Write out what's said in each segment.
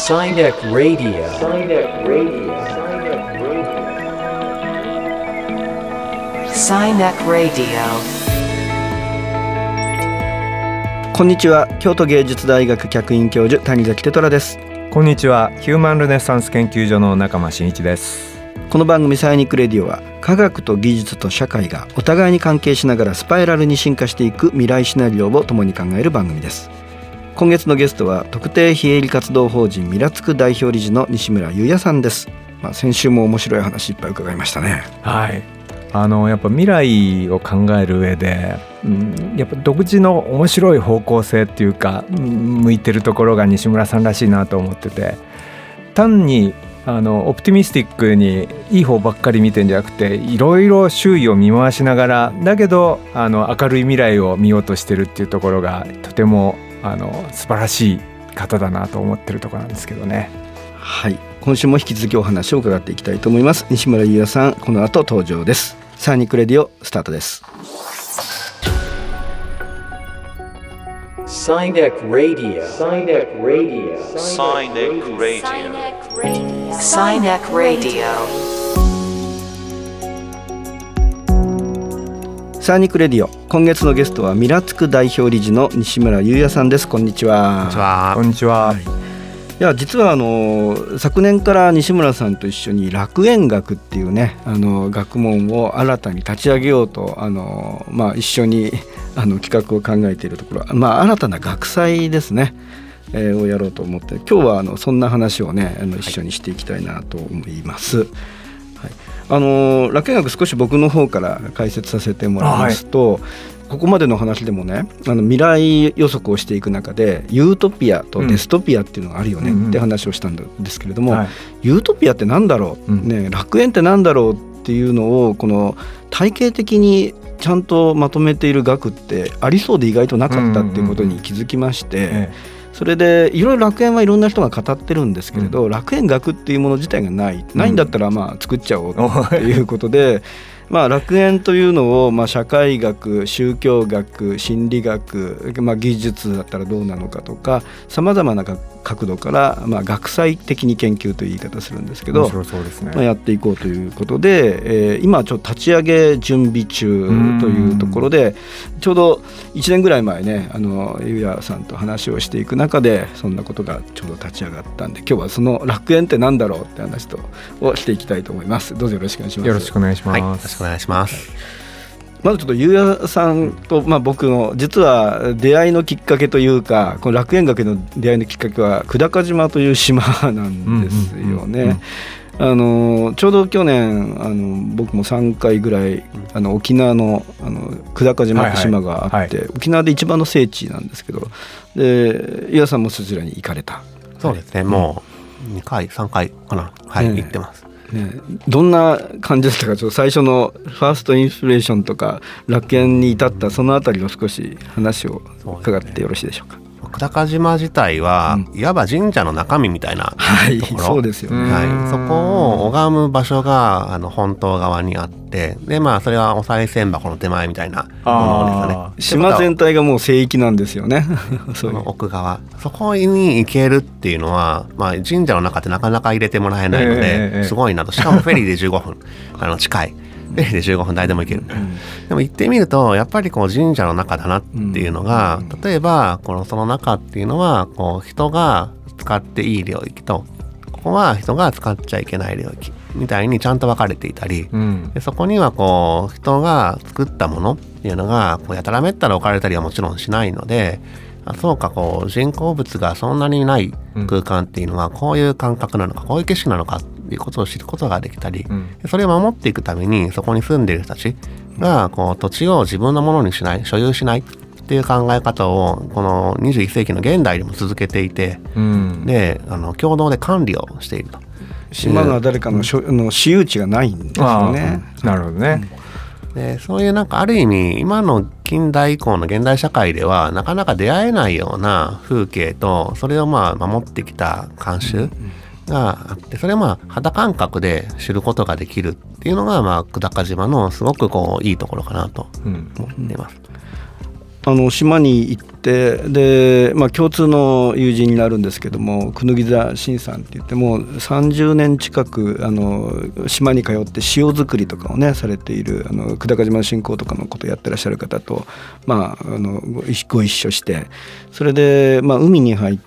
Sinek Radio. Sinek Radio。 こんにちは。京都芸術大学客員教授谷崎哲郎です。 こんにちは。ヒューマンルネッサンス研究所の中間真一です。 この番組サイニックレディオは科学と技術と社会がお互いに関係しながらスパイラルに進化していく未来シナリオを共に考える番組です。今月のゲストは特定非営利活動法人ミラつく代表理事の西村裕也さんです。先週も面白い話いっぱい伺いましたね。 はい。やっぱ未来を考える上で、やっぱ独自の面白い方向性っていうか、向いてるところが西村さんらしいなと思ってて、単にオプティミスティックにいい方ばっかり見てんじゃなくて、いろいろ周囲を見回しながらだけど明るい未来を見ようとしてるっていうところがとても素晴らしい方だなと思ってるところなんですけどね。はい。 今週も引き続きお話を伺っていきたいと思います。西村裕也さん、この後登場です。サイニックレディオスタートです。 Sinek Radio. Sinek Radio。 サイニックレディオ、今月のゲストはミラつく代表理事の西村裕也さんです。こんにちは。 こんにちは。 いや、実は昨年から西村さんと一緒に楽園学っていうね学問を新たに立ち上げようと一緒に企画を考えているところ、新たな学祭ですね、をやろうと思って、今日はそんな話をね一緒にしていきたいなと思います。はい、楽園学少し僕の方から解説させてもらいますと、ここまでの話でもね未来予測をしていく中でユートピアとデストピアっていうのがあるよねって話をしたんですけれども、ユートピアってなんだろう、楽園ってなんだろうっていうのをこの体系的にちゃんとまとめている学ってありそうで意外となかったっていうことに気づきまして、それでいろいろ楽園はいろんな人が語ってるんですけれど、楽園学っていうもの自体がないんだったら作っちゃおうっていうことで楽園というのを社会学、宗教学、心理学、技術だったらどうなのかとか、さまざまな角度から学際的に研究という言い方するんですけど、 面白そうですね。 やっていこうということで、今ちょっと立ち上げ準備中というところで、ちょうど1年ぐらい前ねゆうやさんと話をしていく中でそんなことがちょうど立ち上がったんで、今日はその楽園ってなんだろうって話をしていきたいと思います。どうぞよろしくお願いします。 よろしくお願いします。 よろしくお願いします。 まずちょっとゆうやさんと、僕の実は出会いのきっかけというか、この楽園学の出会いのきっかけは久高島という島なんですよね。ちょうど去年僕も3回ぐらい沖縄の久高島って島があって、沖縄で一番の聖地なんですけど、でゆうやさんもそちらに行かれた。 そうですね、もう2回3回かな、行ってます。 どんな感じだったか、ちょっと最初のファーストインスピレーションとか楽園に至ったそのあたりを少し話を伺ってよろしいでしょうか。 久高島自体は、いわば神社の中身みたいなところ、 そうですよね。 そこを拝む場所が本島側にあって、でそれはお賽銭箱の手前みたいなものですよね。 島全体がもう聖域なんですよね。 その奥側、そこに行けるっていうのは、神社の中ってなかなか入れてもらえないので、すごいなと。しかもフェリーで15分近いフェリーで15分誰でも行ける、でも行ってみるとやっぱり神社の中だなっていうのが、例えばその中っていうのは人が使っていい領域と、ここは人が使っちゃいけない領域みたいにちゃんと分かれていたり、でそこには人が作ったものっていうのがやたらめったら置かれたりはもちろんしないので、そうか人工物がそんなにない空間っていうのはこういう感覚なのか、こういう景色なのかっていうことを知ることができたり、それを守っていくためにそこに住んでいる人たちが土地を自分のものにしない、所有しないっていう考え方をこの21世紀の現代でも続けていて、で共同で管理をしていると。 島が誰かの私有地がないんですよね。 なるほどね。 でそういうある意味今の近代以降の現代社会ではなかなか出会えないような風景と、それを守ってきた慣習があって、それを肌感覚で知ることができるっていうのが久高島のすごくいいところかなと思っています。 島に行ってで、共通の友人になるんですけども、椚田慎さんって言っても30年近く島に通って塩作りとかをねされている久高島振興とかのことをやってらっしゃる方と、ご一緒して、それで、海に入って、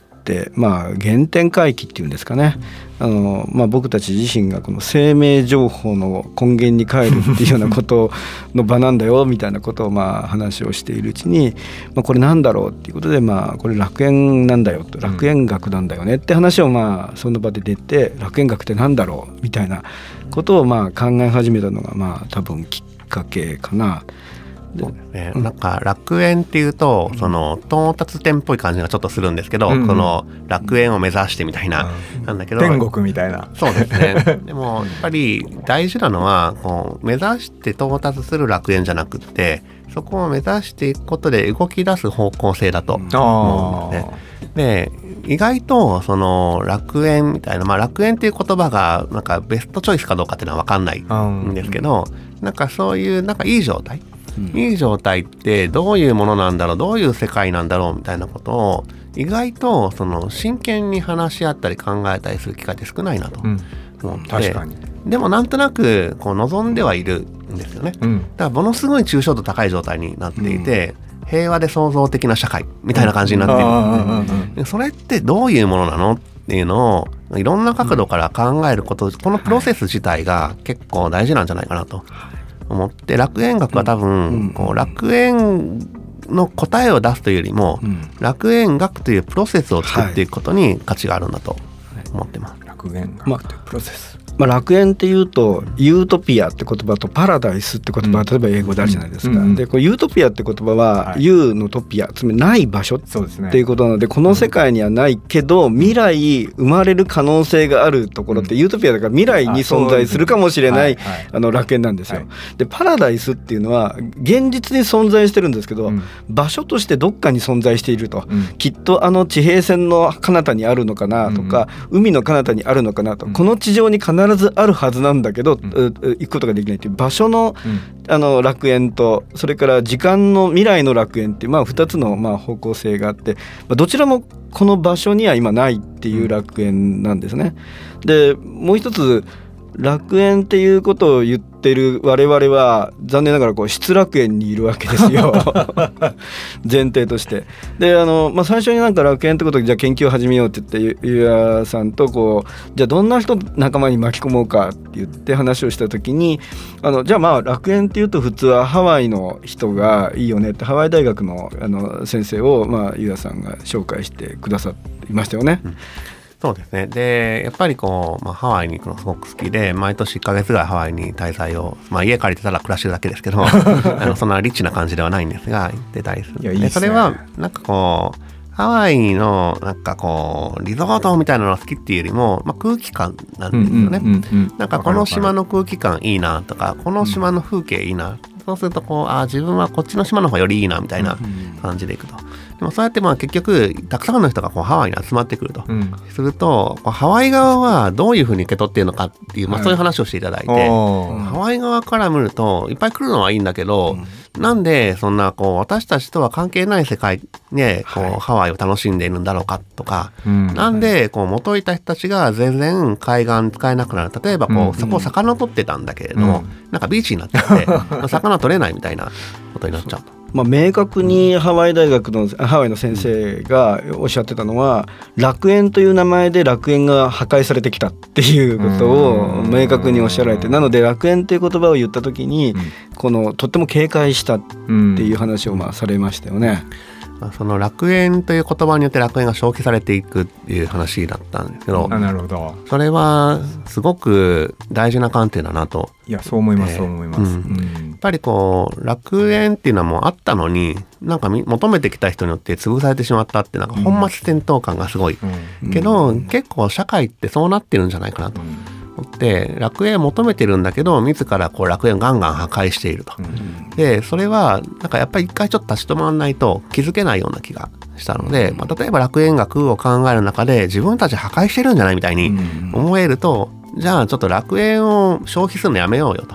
原点回帰っていうんですかね、僕たち自身がこの生命情報の根源に帰るっていうようなことの場なんだよみたいなことを話をしているうちに、これなんだろうっていうことで、これ楽園なんだよと、楽園学なんだよねって話をその場で出て、楽園学ってなんだろうみたいなことを考え始めたのが多分きっかけかな。 そうですね、なんか楽園っていうとその到達点っぽい感じがちょっとするんですけど、この楽園を目指してみたいな、なんだけど天国みたいな。 そうですねでもやっぱり大事なのは目指して到達する楽園じゃなくって、そこを目指していくことで動き出す方向性だと思うんですね。で意外とその楽園みたいな、楽園っていう言葉がなんかベストチョイスかどうかっていうのは分かんないんですけど、なんかそういうなんかいい状態、いい状態ってどういうものなんだろう、どういう世界なんだろうみたいなことを意外とその真剣に話し合ったり考えたりする機会って少ないなと思って、 確かに。 でもなんとなく望んではいるんですよね。だからものすごい抽象度高い状態になっていて、平和で創造的な社会みたいな感じになっているので、それってどういうものなのっていうのをいろんな角度から考えること、このプロセス自体が結構大事なんじゃないかなと思って、楽園学は多分楽園の答えを出すというよりも、楽園学というプロセスを作っていくことに価値があるんだと思ってます。 楽園学というプロセス、 楽園っていうとユートピアって言葉とパラダイスって言葉が例えば英語であるじゃないですか。でこうユートピアって言葉は、ユーのトピア、つまりない場所っていうことなので、この世界にはないけど未来生まれる可能性があるところってユートピアだから未来に存在するかもしれない楽園なんですよ。でパラダイスっていうのは現実に存在してるんですけど、場所としてどっかに存在していると、きっと地平線の彼方にあるのかなとか、海の彼方にあるのかなと、この地上に必ずあるはずなんだけど、行くことができないという場所の、楽園と、それから時間の未来の楽園っていう2つの方向性があって、どちらもこの場所には今ないっていう楽園なんですね。でもう一つ楽園っていうことを言ってる我々は残念ながら失楽園にいるわけですよ前提として。で最初に楽園ってことでじゃあ研究を始めようって言ってゆうやさんとじゃあどんな人仲間に巻き込もうかって言って話をした時にじゃあ楽園っていうと普通はハワイの人がいいよねって、ハワイ大学の先生をゆうやさんが紹介してくださいましたよね。 そうですね。でやっぱりハワイに行くのすごく好きで、毎年1ヶ月ぐらいハワイに滞在を、家借りてたら暮らしてるだけですけどそんなリッチな感じではないんですが行ってたりする。 いいっすね。 それはなんかハワイのなんかリゾートみたいなのが好きっていうよりも、空気感なんですよね。なんかこの島の空気感いいなとか、この島の風景いいな、そうすると自分はこっちの島の方がよりいいなみたいな感じでいくと。でもそうやって結局たくさんの人がハワイに集まってくると、するとハワイ側はどういうふうに受け取っているのかっていう、そういう話をしていただいて、ハワイ側から見るといっぱい来るのはいいんだけど、なんでそんな私たちとは関係ない世界でハワイを楽しんでいるんだろうかとか、なんで元いた人たちが全然海岸使えなくなる、例えばそこを魚取ってたんだけれども、なんかビーチになっちゃって魚取れないみたいなことになっちゃうと。 明確にハワイ大学のハワイの先生がおっしゃってたのは、楽園という名前で楽園が破壊されてきたっていうことを明確におっしゃられて、なので楽園という言葉を言った時にとっても警戒したっていう話をされましたよね。 その楽園という言葉によって楽園が消費されていくっていう話だったんですけど、 なるほど。 それはすごく大事な観点だなと。 いやそう思います、そう思います。 やっぱり楽園っていうのはもうあったのに、なんか求めてきた人によって潰されてしまったって、なんか本末転倒感がすごい、けど結構社会ってそうなってるんじゃないかなと。で楽園を求めてるんだけど、自ら楽園をガンガン破壊していると。でそれはなんかやっぱり一回ちょっと立ち止まらないと気づけないような気がしたので、例えば楽園学を考える中で自分たち破壊してるんじゃないみたいに思えると、じゃあちょっと楽園を消費するのやめようよと。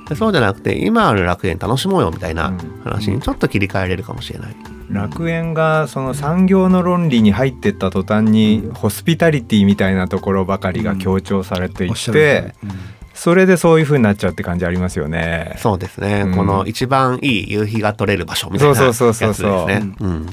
でそうじゃなくて今ある楽園楽しもうよみたいな話にちょっと切り替えれるかもしれない。 楽園がその産業の論理に入っていった途端にホスピタリティみたいなところばかりが強調されていって、それでそういう風になっちゃうって感じありますよね。 そうですね、この一番いい夕日が撮れる場所みたいなやつですね。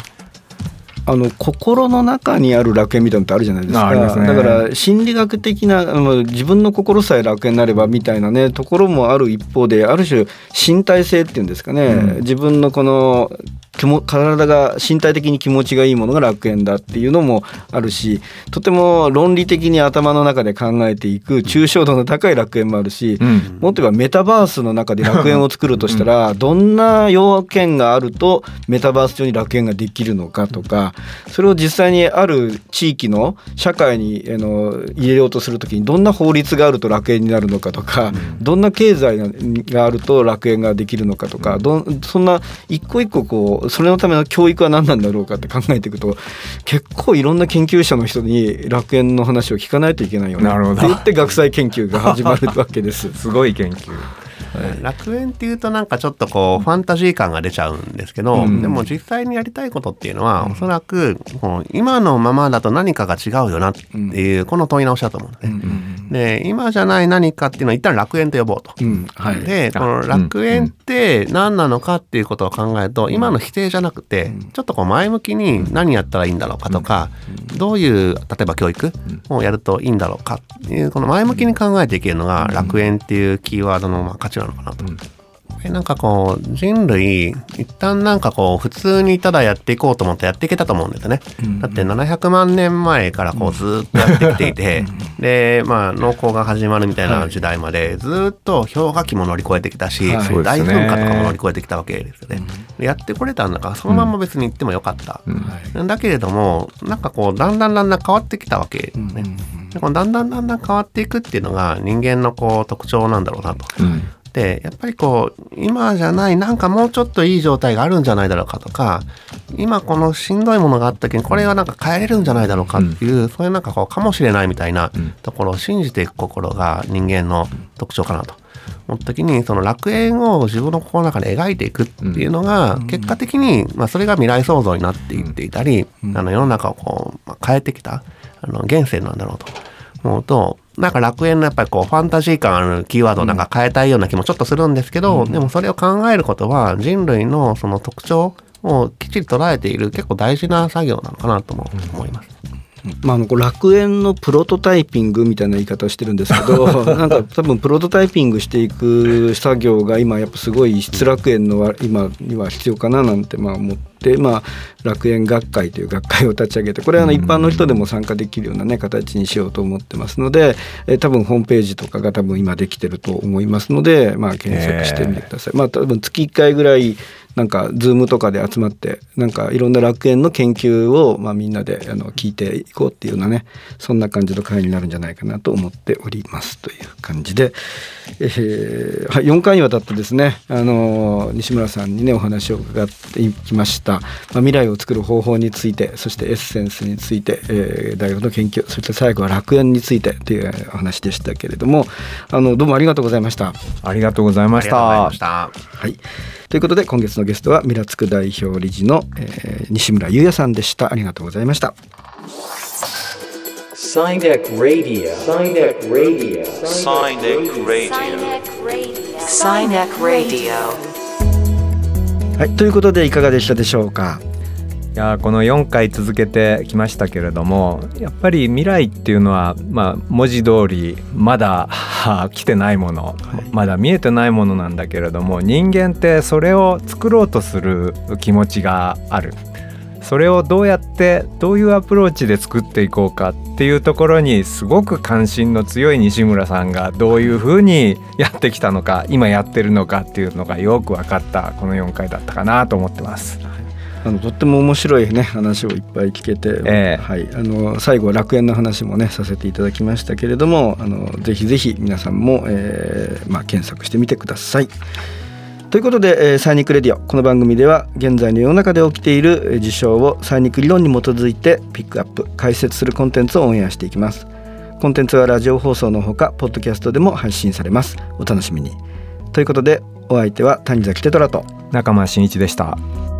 心の中にある楽園みたいなのってあるじゃないですか。だから心理学的な自分の心さえ楽園になればみたいなねところもある一方で、ある種身体性っていうんですかね、自分のこの体が身体的に気持ちがいいものが楽園だっていうのもあるし、とても論理的に頭の中で考えていく抽象度の高い楽園もあるし、もっと言えばメタバースの中で楽園を作るとしたらどんな要件があるとメタバース上に楽園ができるのかとか、それを実際にある地域の社会に入れようとするときにどんな法律があると楽園になるのかとか、どんな経済があると楽園ができるのかとか、そんな一個一個こうそれのための教育は何なんだろうかって考えていくと、結構いろんな研究者の人に楽園の話を聞かないといけないよねって言って学際研究が始まるわけです。 すごい研究。 楽園っていうとなんかちょっとこうファンタジー感が出ちゃうんですけど、でも実際にやりたいことっていうのはおそらく今のままだと何かが違うよなっていうこの問い直しだと思うんですね。で今じゃない何かっていうのを一旦楽園と呼ぼうと。でこの楽園って何なのかっていうことを考えると、今の否定じゃなくてちょっとこう前向きに何やったらいいんだろうかとか、どういう例えば教育をやるといいんだろうかっていうこの前向きに考えていけるのが楽園っていうキーワードの価値なのかなと。なんかこう人類一旦なんかこう普通にただやっていこうと思ってやっていけたと思うんですよね。だって700万年前からこうずっとやってきていて、で農耕が始まるみたいな時代までずっと氷河期も乗り越えてきたし、大噴火とかも乗り越えてきたわけですよね。やってこれたんだからそのまんま別に行ってもよかった、だけれどもなんかこうだんだん変わってきたわけですね。でこのだんだん変わっていくっていうのが人間のこう特徴なんだろうなと。でやっぱりこう今じゃないなんかもうちょっといい状態があるんじゃないだろうかとか、今このしんどいものがあった時にこれがなんか変えれるんじゃないだろうかっていう、そういうなんかこうかもしれないみたいなところを信じていく心が人間の特徴かなと思った時に、その楽園を自分の心の中で描いていくっていうのが結果的にそれが未来創造になっていっていたり、世の中をこう変えてきた現世なんだろうと思うと、なんか楽園のやっぱりこうファンタジー感あるキーワードをなんか変えたいような気もちょっとするんですけど、でもそれを考えることは人類のその特徴をきっちり捉えている結構大事な作業なのかなとも思います。 楽園のプロトタイピングみたいな言い方をしてるんですけどなんか多分プロトタイピングしていく作業が今やっぱすごい失楽園の今には必要かななんて思って、楽園学会という学会を立ち上げて、これは一般の人でも参加できるようなね形にしようと思ってますので、多分ホームページとかが多分今できてると思いますので、検索してみてください。多分月1回ぐらいなんかズームとかで集まってなんかいろんな楽園の研究をみんなで聞いていこうっていうようなね、そんな感じの会になるんじゃないかなと思っておりますという感じで、4回にわたってですね西村さんにねお話を伺っていきました。未来を作る方法について、そしてエッセンスについて、大学の研究、そして最後は楽園についてという話でしたけれども、どうもありがとうございました。 ありがとうございました。 はい、 ということで今月のゲストはミラつく代表理事の、西村優也さんでした。ありがとうございました。 Sinek Radio. Sinek Radio. Sinek Radio。 はい、ということでいかがでしたでしょうか。 いやこの4回続けてきましたけれども、やっぱり未来っていうのは、文字通りまだ来てないもの、まだ見えてないものなんだけれども、人間ってそれを作ろうとする気持ちがある。それをどうやってどういうアプローチで作っていこうかっていうところにすごく関心の強い西村さんがどういうふうにやってきたのか、今やってるのかっていうのがよく分かったこの4回だったかなと思ってます。 とっても面白いね話をいっぱい聞けて、最後は楽園の話もねさせていただきましたけれども、ぜひぜひ皆さんも、検索してみてください。ということで、サイニックレディオ、この番組では現在の世の中で起きている事象をサイニック理論に基づいてピックアップ解説するコンテンツをオンエアしていきます。コンテンツはラジオ放送のほかポッドキャストでも配信されます。お楽しみに。 ということでお相手は谷崎テトラと中間真一でした。